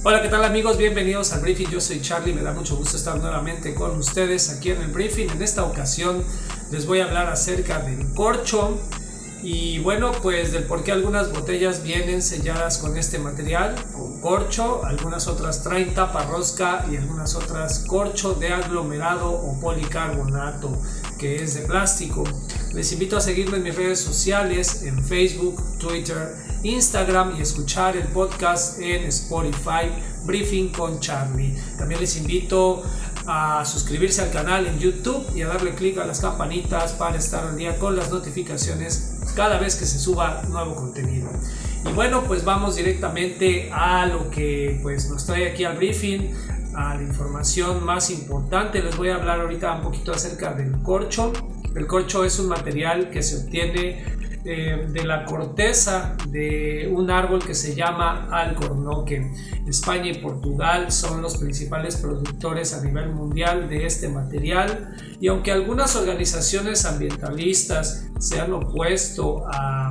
Hola, ¿qué tal amigos? Bienvenidos al Briefing. Yo soy Charlie, me da mucho gusto estar nuevamente con ustedes aquí en el Briefing. En esta ocasión les voy a hablar acerca del corcho y bueno, pues del por qué algunas botellas vienen selladas con este material, con corcho, algunas otras traen tapa rosca y algunas otras corcho de aglomerado o policarbonato, que es de plástico. Les invito a seguirme en mis redes sociales, en Facebook, Twitter, Instagram y escuchar el podcast en Spotify, Briefing con Charlie. También les invito a suscribirse al canal en YouTube y a darle clic a las campanitas para estar al día con las notificaciones cada vez que se suba nuevo contenido. Y bueno, pues vamos directamente a lo que pues nos trae aquí al Briefing, a la información más importante. Les voy a hablar ahorita un poquito acerca del corcho. El corcho es un material que se obtiene de la corteza de un árbol que se llama alcornoque. España y Portugal son los principales productores a nivel mundial de este material, y aunque algunas organizaciones ambientalistas se han opuesto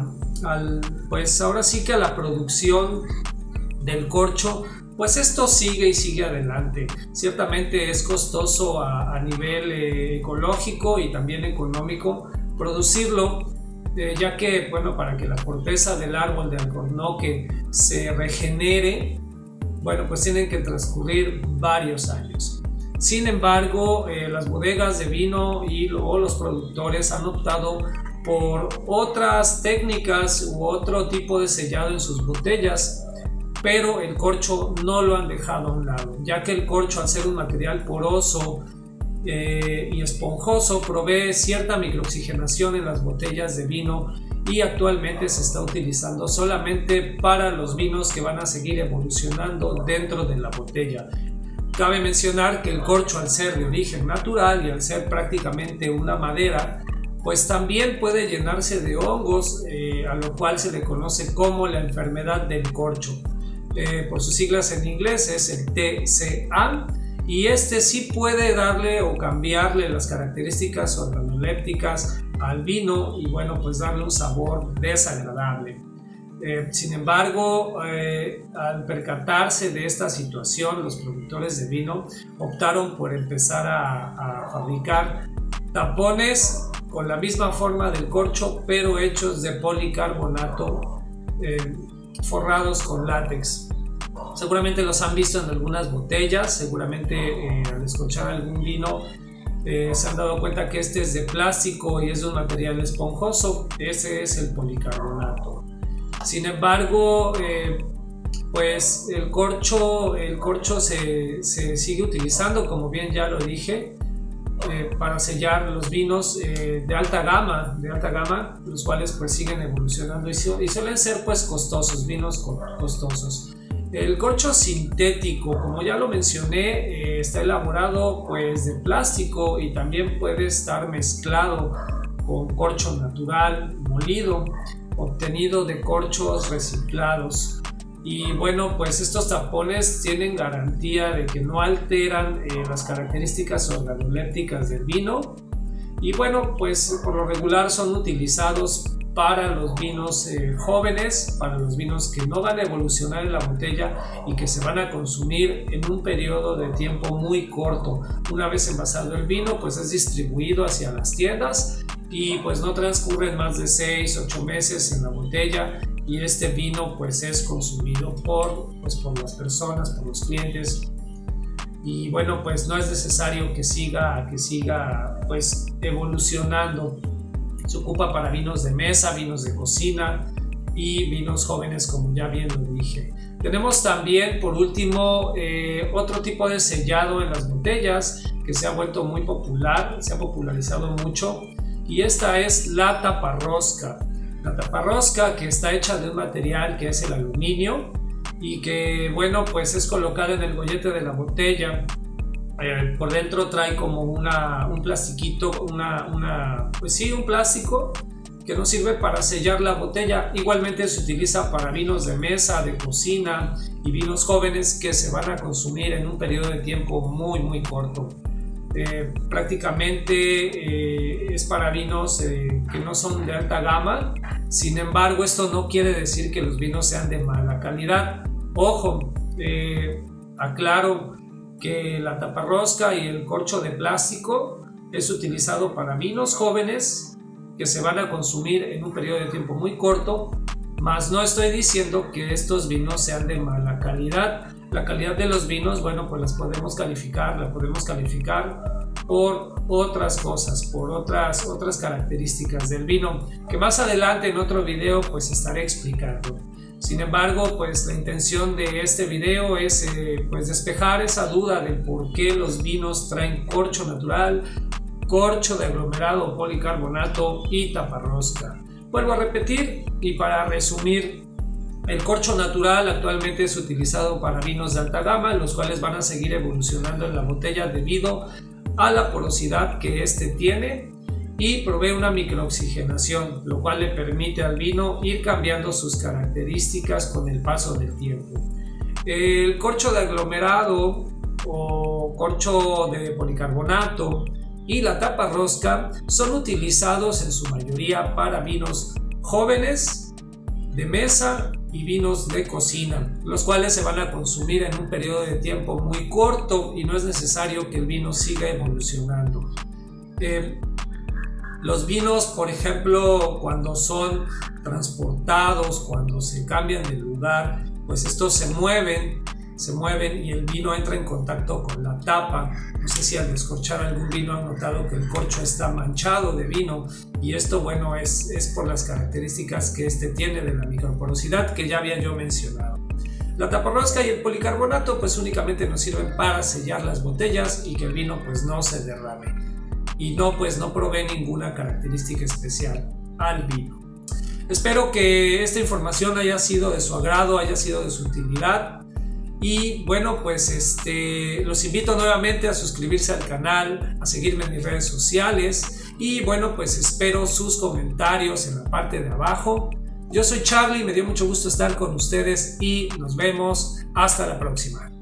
pues ahora sí que a la producción del corcho, pues esto sigue y sigue adelante. Ciertamente es costoso a nivel ecológico y también económico producirlo, ya que bueno, para que la corteza del árbol de alcornoque se regenere, bueno, pues tienen que transcurrir varios años. Sin embargo, las bodegas de vino o los productores han optado por otras técnicas u otro tipo de sellado en sus botellas, pero el corcho no lo han dejado a un lado, ya que el corcho, al ser un material poroso y esponjoso, provee cierta microoxigenación en las botellas de vino y actualmente se está utilizando solamente para los vinos que van a seguir evolucionando dentro de la botella. Cabe mencionar que el corcho, al ser de origen natural y al ser prácticamente una madera, pues también puede llenarse de hongos, a lo cual se le conoce como la enfermedad del corcho. Por sus siglas en inglés es el TCA, y este sí puede darle o cambiarle las características organolépticas al vino y bueno, pues darle un sabor desagradable. Sin embargo, al percatarse de esta situación, los productores de vino optaron por empezar a fabricar tapones con la misma forma del corcho, pero hechos de policarbonato, forrados con látex. Seguramente los han visto en algunas botellas, seguramente al escuchar algún vino se han dado cuenta que este es de plástico y es de un material esponjoso. Ese es el policarbonato. Sin embargo, pues el corcho se sigue utilizando, como bien ya lo dije, para sellar los vinos de alta gama, los cuales pues siguen evolucionando y suelen ser pues costosos, vinos costosos. El corcho sintético, como ya lo mencioné, está elaborado pues de plástico y también puede estar mezclado con corcho natural molido, obtenido de corchos reciclados. Y bueno, pues estos tapones tienen garantía de que no alteran las características organolépticas del vino, y bueno, pues por lo regular son utilizados para los vinos jóvenes, para los vinos que no van a evolucionar en la botella y que se van a consumir en un periodo de tiempo muy corto. Una vez envasado el vino, pues es distribuido hacia las tiendas y pues no transcurren más de 6-8 meses en la botella, y este vino pues es consumido por las personas, por los clientes. Y bueno, pues no es necesario que siga pues evolucionando. Se ocupa para vinos de mesa, vinos de cocina y vinos jóvenes, como ya bien lo dije. Tenemos también, por último, otro tipo de sellado en las botellas que se ha vuelto muy popular, se ha popularizado mucho, y esta es la taparrosca. La taparrosca, que está hecha de un material que es el aluminio y que bueno, pues es colocada en el gollete de la botella. Por dentro trae como un plastiquito, pues sí, un plástico que nos sirve para sellar la botella. Igualmente se utiliza para vinos de mesa, de cocina y vinos jóvenes que se van a consumir en un periodo de tiempo muy muy corto. Prácticamente es para vinos que no son de alta gama. Sin embargo, esto no quiere decir que los vinos sean de mala calidad. Ojo, Aclaro que la taparrosca y el corcho de plástico es utilizado para vinos jóvenes que se van a consumir en un periodo de tiempo muy corto, mas no estoy diciendo que estos vinos sean de mala calidad. La calidad de los vinos, bueno, pues la podemos calificar por otras cosas, por otras características del vino, que más adelante en otro video pues estaré explicando. Sin embargo, pues la intención de este video es pues despejar esa duda de por qué los vinos traen corcho natural, corcho de aglomerado o policarbonato y taparrosca. Vuelvo a repetir y para resumir, el corcho natural actualmente es utilizado para vinos de alta gama, los cuales van a seguir evolucionando en la botella debido a la porosidad que este tiene y provee una microoxigenación, lo cual le permite al vino ir cambiando sus características con el paso del tiempo. El corcho de aglomerado o corcho de policarbonato y la taparrosca son utilizados en su mayoría para vinos jóvenes, de mesa y vinos de cocina, los cuales se van a consumir en un periodo de tiempo muy corto y no es necesario que el vino siga evolucionando. Los vinos, por ejemplo, cuando son transportados, cuando se cambian de lugar, pues estos se mueven y el vino entra en contacto con la tapa. No sé si al descorchar algún vino han notado que el corcho está manchado de vino, y esto, bueno, es por las características que este tiene de la microporosidad que ya había yo mencionado. La taparrosca y el policarbonato pues únicamente nos sirven para sellar las botellas y que el vino pues no se derrame, y no provee ninguna característica especial al vino. Espero que esta información haya sido de su agrado, haya sido de su utilidad. Y bueno, pues los invito nuevamente a suscribirse al canal, a seguirme en mis redes sociales y bueno, pues espero sus comentarios en la parte de abajo. Yo soy Charlie, me dio mucho gusto estar con ustedes y nos vemos hasta la próxima.